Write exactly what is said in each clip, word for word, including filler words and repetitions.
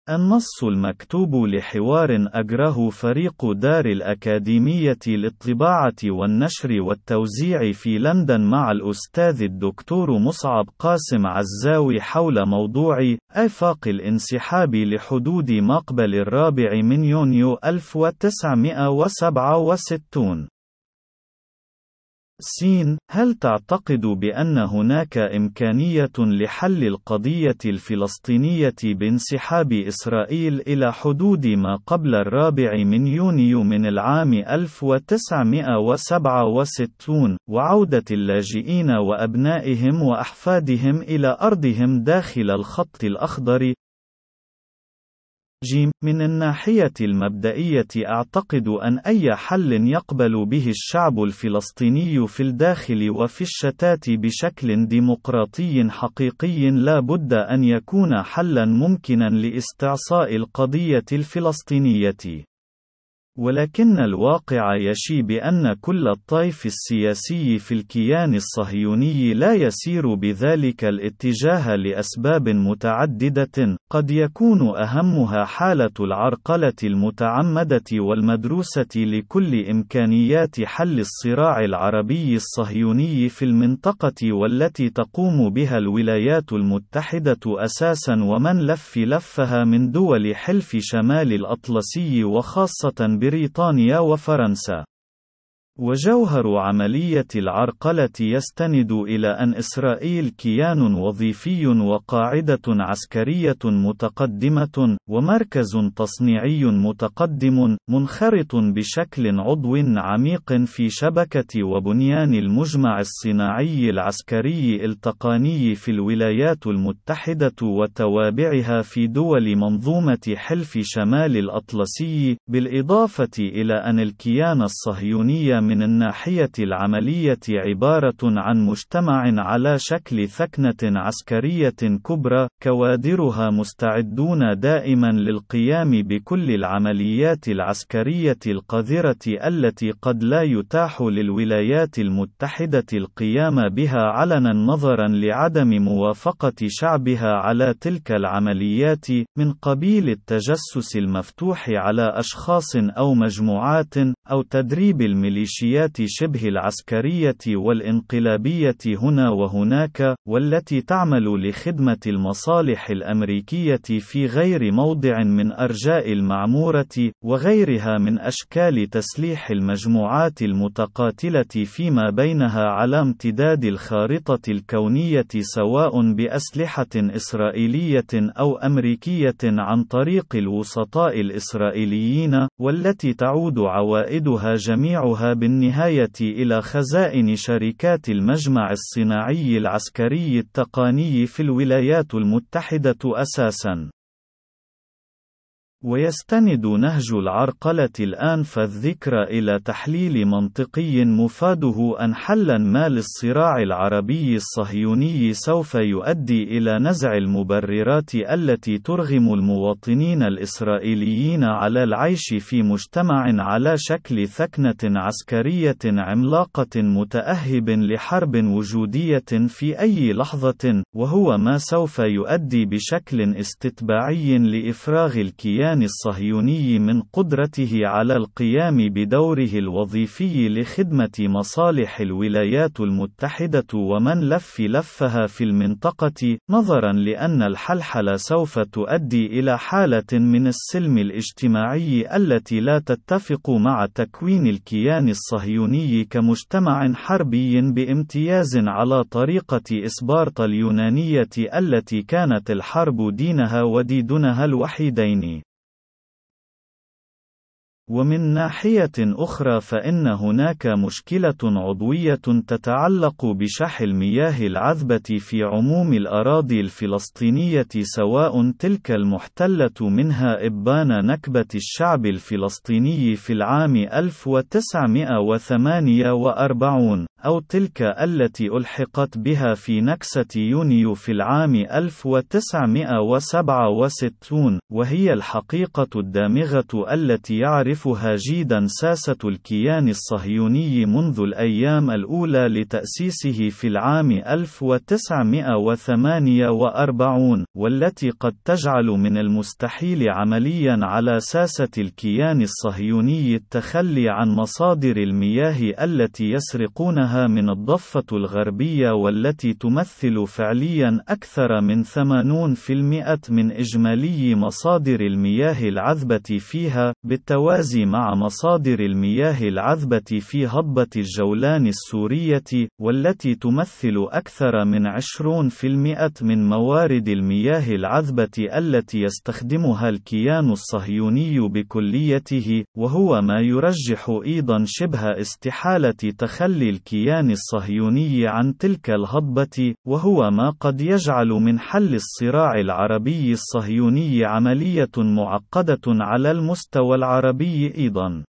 النص المكتوب لحوار أجراه فريق دار الأكاديمية للطباعة والنشر والتوزيع في لندن مع الأستاذ الدكتور مصعب قاسم عزاوي حول موضوع آفاق الانسحاب لحدود مقبل الرابع من يونيو ألف وتسعمائة وسبعة وستين. س. هل تعتقد بأن هناك إمكانية لحل القضية الفلسطينية بانسحاب إسرائيل إلى حدود ما قبل الرابع من يونيو من العام ألف وتسعمائة وسبعة وستين، وعودة اللاجئين وأبنائهم وأحفادهم إلى أرضهم داخل الخط الأخضر؟ ج. من الناحية المبدئية أعتقد أن أي حل يقبل به الشعب الفلسطيني في الداخل وفي الشتات بشكل ديمقراطي حقيقي لا بد أن يكون حلا ممكنا لاستعصاء القضية الفلسطينية. ولكن الواقع يشي بأن كل الطيف السياسي في الكيان الصهيوني لا يسير بذلك الاتجاه لأسباب متعددة، قد يكون أهمها حالة العرقلة المتعمدة والمدروسة لكل إمكانيات حل الصراع العربي الصهيوني في المنطقة، والتي تقوم بها الولايات المتحدة أساسا ومن لف لفها من دول حلف شمال الأطلسي وخاصة بريطانيا وفرنسا. وجوهر عملية العرقلة يستند إلى أن إسرائيل كيان وظيفي وقاعدة عسكرية متقدمة، ومركز تصنيعي متقدم، منخرط بشكل عضو عميق في شبكة وبنيان المجمع الصناعي العسكري التقني في الولايات المتحدة وتوابعها في دول منظومة حلف شمال الأطلسي، بالإضافة إلى أن الكيان الصهيوني من الناحية العملية عبارة عن مجتمع على شكل ثكنة عسكرية كبرى، كوادرها مستعدون دائما للقيام بكل العمليات العسكرية القذرة التي قد لا يتاح للولايات المتحدة القيام بها علنا نظرا لعدم موافقة شعبها على تلك العمليات، من قبيل التجسس المفتوح على أشخاص أو مجموعات، أو تدريب الميليشيات شبه العسكرية والانقلابية هنا وهناك، والتي تعمل لخدمة المصالح الأمريكية في غير موضع من أرجاء المعمورة، وغيرها من أشكال تسليح المجموعات المتقاتلة فيما بينها على امتداد الخارطة الكونية، سواء بأسلحة إسرائيلية أو أمريكية عن طريق الوسطاء الإسرائيليين، والتي تعود عوائدها جميعها بالنهاية إلى خزائن شركات المجمع الصناعي العسكري التقني في الولايات المتحدة أساساً. ويستند نهج العرقلة الآنف الذكر إلى تحليل منطقي مفاده أن حلاً ما للصراع العربي الصهيوني سوف يؤدي إلى نزع المبررات التي ترغم المواطنين الإسرائيليين على العيش في مجتمع على شكل ثكنة عسكرية عملاقة متأهب لحرب وجودية في أي لحظة، وهو ما سوف يؤدي بشكل استتباعي لإفراغ الكيان الصهيوني من قدرته على القيام بدوره الوظيفي لخدمة مصالح الولايات المتحدة ومن لف لفها في المنطقة، نظرا لأن الحلحلة سوف تؤدي إلى حالة من السلم الاجتماعي التي لا تتفق مع تكوين الكيان الصهيوني كمجتمع حربي بامتياز على طريقة إسبارتا اليونانية التي كانت الحرب دينها وديدنها الوحيدين. ومن ناحية أخرى فإن هناك مشكلة عضوية تتعلق بشح المياه العذبة في عموم الأراضي الفلسطينية، سواء تلك المحتلة منها إبان نكبة الشعب الفلسطيني في العام ألف وتسعمائة وثمانية وأربعين، أو تلك التي ألحقت بها في نكسة يونيو في العام ألف وتسعمائة وسبعة وستين، وهي الحقيقة الدامغة التي يعرف تعرفها جيدا ساسة الكيان الصهيوني منذ الأيام الأولى لتأسيسه في العام ألف وتسعمائة وثمانية وأربعين، والتي قد تجعل من المستحيل عمليا على ساسة الكيان الصهيوني التخلي عن مصادر المياه التي يسرقونها من الضفة الغربية، والتي تمثل فعليا أكثر من ثمانين بالمئة من إجمالي مصادر المياه العذبة فيها، بالتوازي مع مصادر المياه العذبة في هضبة الجولان السورية، والتي تمثل أكثر من عشرين بالمئة من موارد المياه العذبة التي يستخدمها الكيان الصهيوني بكليته، وهو ما يرجح أيضا شبه استحالة تخلي الكيان الصهيوني عن تلك الهضبة، وهو ما قد يجعل من حل الصراع العربي الصهيوني عملية معقدة على المستوى العربي أيضا.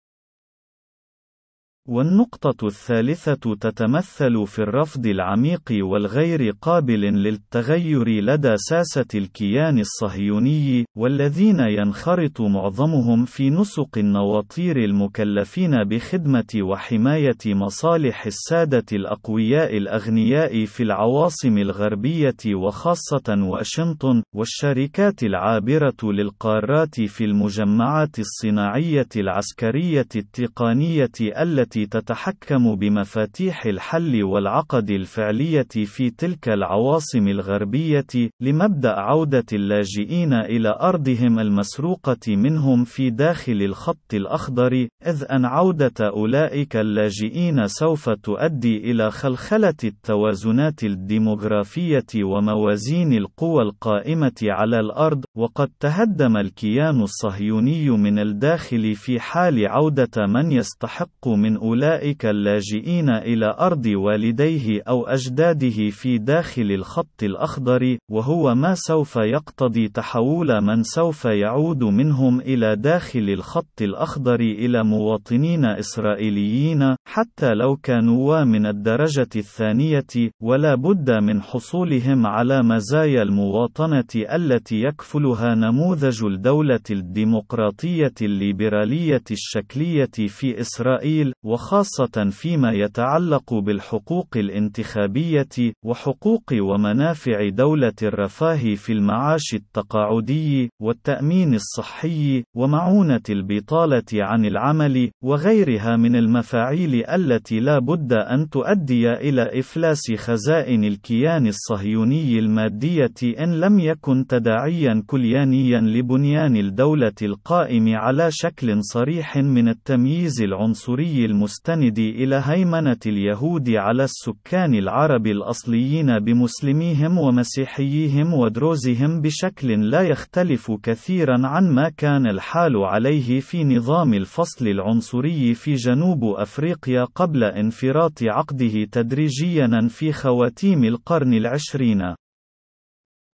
والنقطة الثالثة تتمثل في الرفض العميق والغير قابل للتغير لدى ساسة الكيان الصهيوني، والذين ينخرط معظمهم في نسق النواطير المكلفين بخدمة وحماية مصالح السادة الأقوياء الأغنياء في العواصم الغربية وخاصة واشنطن، والشركات العابرة للقارات في المجمعات الصناعية العسكرية التقنية التي تتحكم بمفاتيح الحل والعقد الفعلية في تلك العواصم الغربية، لمبدأ عودة اللاجئين إلى أرضهم المسروقة منهم في داخل الخط الأخضر، إذ أن عودة أولئك اللاجئين سوف تؤدي إلى خلخلة التوازنات الديمغرافية وموازين القوى القائمة على الأرض، وقد تهدم الكيان الصهيوني من الداخل في حال عودة من يستحق من أولئك اللاجئين إلى أرض والديه أو أجداده في داخل الخط الأخضر، وهو ما سوف يقتضي تحول من سوف يعود منهم إلى داخل الخط الأخضر إلى مواطنين إسرائيليين، حتى لو كانوا من الدرجة الثانية، ولا بد من حصولهم على مزايا المواطنة التي يكفلها نموذج الدولة الديمقراطية الليبرالية الشكلية في إسرائيل، وخاصة فيما يتعلق بالحقوق الانتخابية، وحقوق ومنافع دولة الرفاه في المعاش التقاعدي، والتأمين الصحي، ومعونة البطالة عن العمل، وغيرها من المفاعيل التي لا بد أن تؤدي إلى إفلاس خزائن الكيان الصهيوني المادية إن لم يكن تداعيا كليانيا لبنيان الدولة القائم على شكل صريح من التمييز العنصري المستند إلى هيمنة اليهود على السكان العرب الأصليين بمسلميهم ومسيحييهم ودروزهم بشكل لا يختلف كثيرا عن ما كان الحال عليه في نظام الفصل العنصري في جنوب أفريقيا قبل انفراط عقده تدريجيا في خواتيم القرن العشرين.